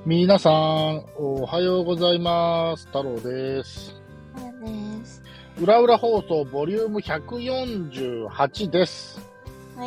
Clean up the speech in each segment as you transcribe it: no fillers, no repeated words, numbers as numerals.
皆さん、おはようございます。太郎です。 そうです。 裏裏放送ボリューム148です。 はい。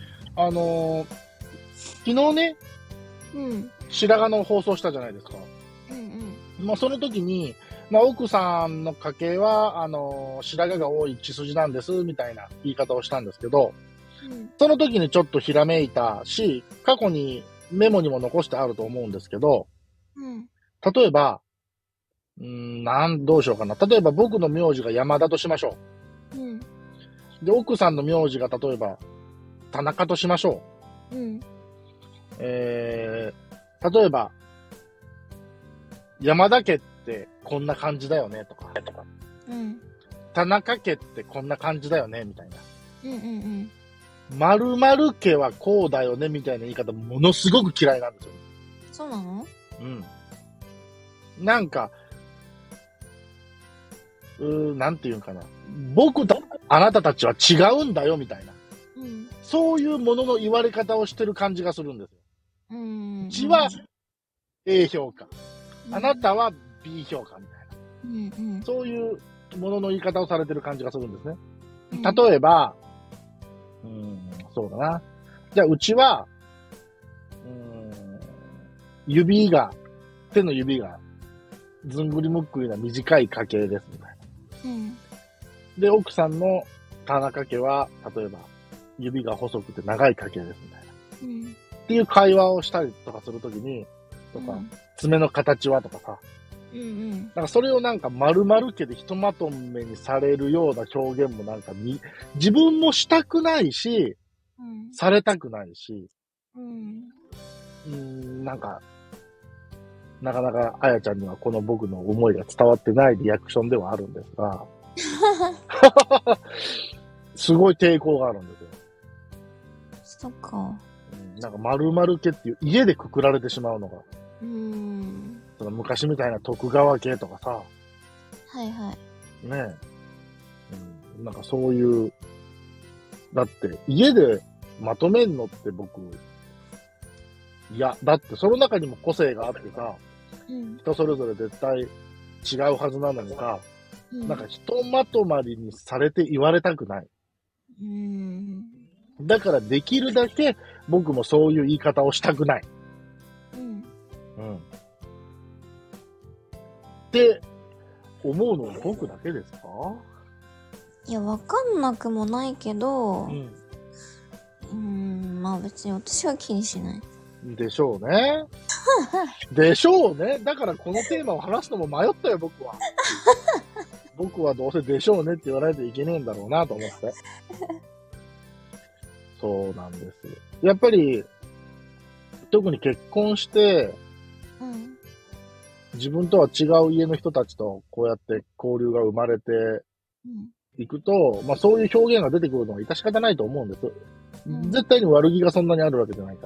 昨日ね、白髪の放送したじゃないですか。その時に、奥さんの家系は、白髪が多い血筋なんです、みたいな言い方をしたんですけど、その時にちょっとひらめいたし、過去にメモにも残してあると思うんですけど、例えば、どうしようかな。例えば僕の名字が山田としましょう。で、奥さんの名字が例えば田中としましょう。例えば、山田家ってこんな感じだよねとか、田中家ってこんな感じだよねみたいな。〇〇家はこうだよねみたいな言い方ものすごく嫌いなんですよ。 そうなの？ なんか、なんていうんかな。僕とあなたたちは違うんだよみたいな。そういうものの言われ方をしてる感じがするんですよ。うちは A 評価。あなたは B 評価みたいな。そういうものの言い方をされてる感じがするんですね。例えば、そうだな。じゃあ、うちは、手の指が、ずんぐりむっくりな短い家系です、みたいな。で、奥さんの田中家は、例えば、指が細くて長い家系です、みたいな。っていう会話をしたりとかするときに、爪の形はとかさ、なんかそれをなんか丸々家でひとまとめにされるような表現もなんか自分もしたくないし、されたくないし、なんか、なかなかあやちゃんにはこの僕の思いが伝わってないリアクションではあるんですが、すごい抵抗があるんですよ。 そっか。 なんか丸々家っていう家でくくられてしまうのが。その昔みたいな徳川家とかさ。 はいはい。 ねえ。なんかそういう、だって家でまとめんのって僕、いや、だってその中にも個性があってさ、人それぞれ絶対違うはずなのにさ、なんかひとまとまりにされて言われたくない。だからできるだけ僕もそういう言い方をしたくない。って思うのは僕だけですか？ いや、わかんなくもないけど、まあ別に私は気にしない。 でしょうね。でしょうね。だからこのテーマを話すのも迷ったよ、僕は。僕はどうせでしょうねって言わないといけねえんだろうなと思って。そうなんです。やっぱり、特に結婚して、自分とは違う家の人たちとこうやって交流が生まれていくと、そういう表現が出てくるのは致し方ないと思うんです。絶対に悪気がそんなにあるわけじゃないから。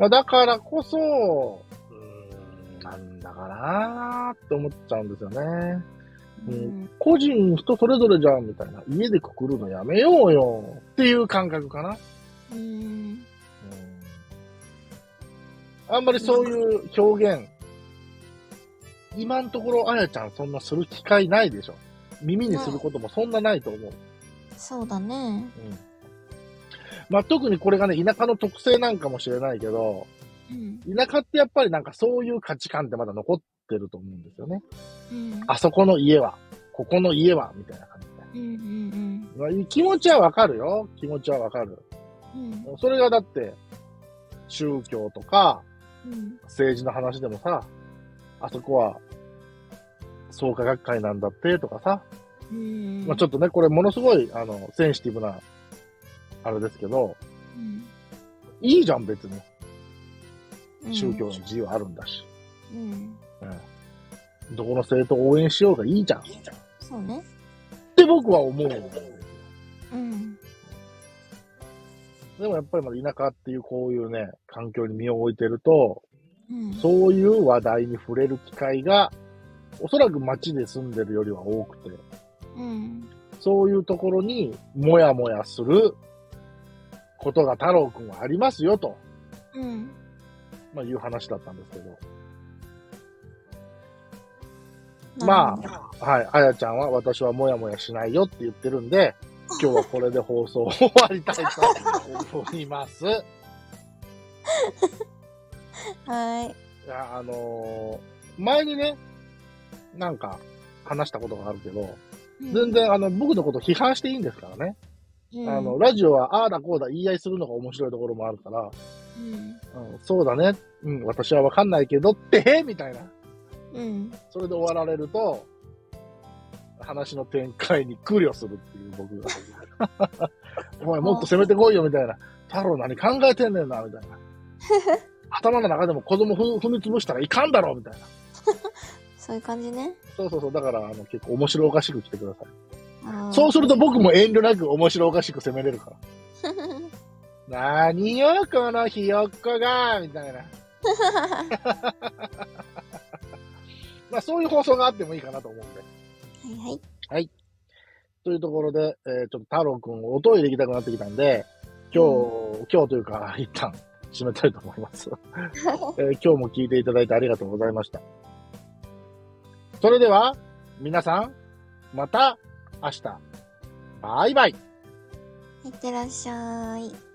だからこそ、なんだかなーって思っちゃうんですよね。個人人それぞれじゃんみたいな。家でくくるのやめようよっていう感覚かな。あんまりそういう表現、今のところあやちゃんそんなする機会ないでしょ。耳にすることもそんなないと思う。 そうだね。 特にこれがね、田舎の特性なんかもしれないけど、田舎ってやっぱりなんかそういう価値観ってまだ残ってると思うんですよね。あそこの家は、ここの家は、みたいな感じで。気持ちはわかるよ。気持ちはわかる。それがだって、宗教とか、政治の話でもさ、あそこは、創価学会なんだってとかさ、ちょっとね、これものすごい、センシティブな、あれですけど、いいじゃん、別に。宗教の自由あるんだし。どこの政党応援しようがいいじゃん。 そうね。 って僕は思うんですよ。でもやっぱりまだ田舎っていうこういうね、環境に身を置いてると、そういう話題に触れる機会が、おそらく街で住んでるよりは多くて、そういうところにもやもやすることが太郎くんはありますよと。 まあいう話だったんですけど。まあ、はい、あやちゃんは私はもやもやしないよって言ってるんで、今日はこれで放送を終わりたいと思います。 はい。 いや、前にね、なんか話したことがあるけど、全然僕のこと批判していいんですからね。ラジオはああだこうだ言い合いするのが面白いところもあるから、そうだね、私はわかんないけどってみたいな。それで終わられると、話の展開に苦慮するっていう僕が。お前もっと攻めてこいよみたいな。太郎何考えてんねんなみたいな。頭の中でも子供踏み潰したらいかんだろみたいな。 そういう感じね。 そう。だから結構面白おかしく来てください。そうすると僕も遠慮なく面白おかしく攻めれるから。何よこのひよっこがみたいな。まあそういう放送があってもいいかなと思うんで。 はい。 はい。というところで、ちょっと太郎くんおトイレ行きたくなってきたんで、今日というか、一旦締めたいと思います。今日も聞いていただいてありがとうございました。それでは、皆さん、また明日。バイバイ。 いってらっしゃい。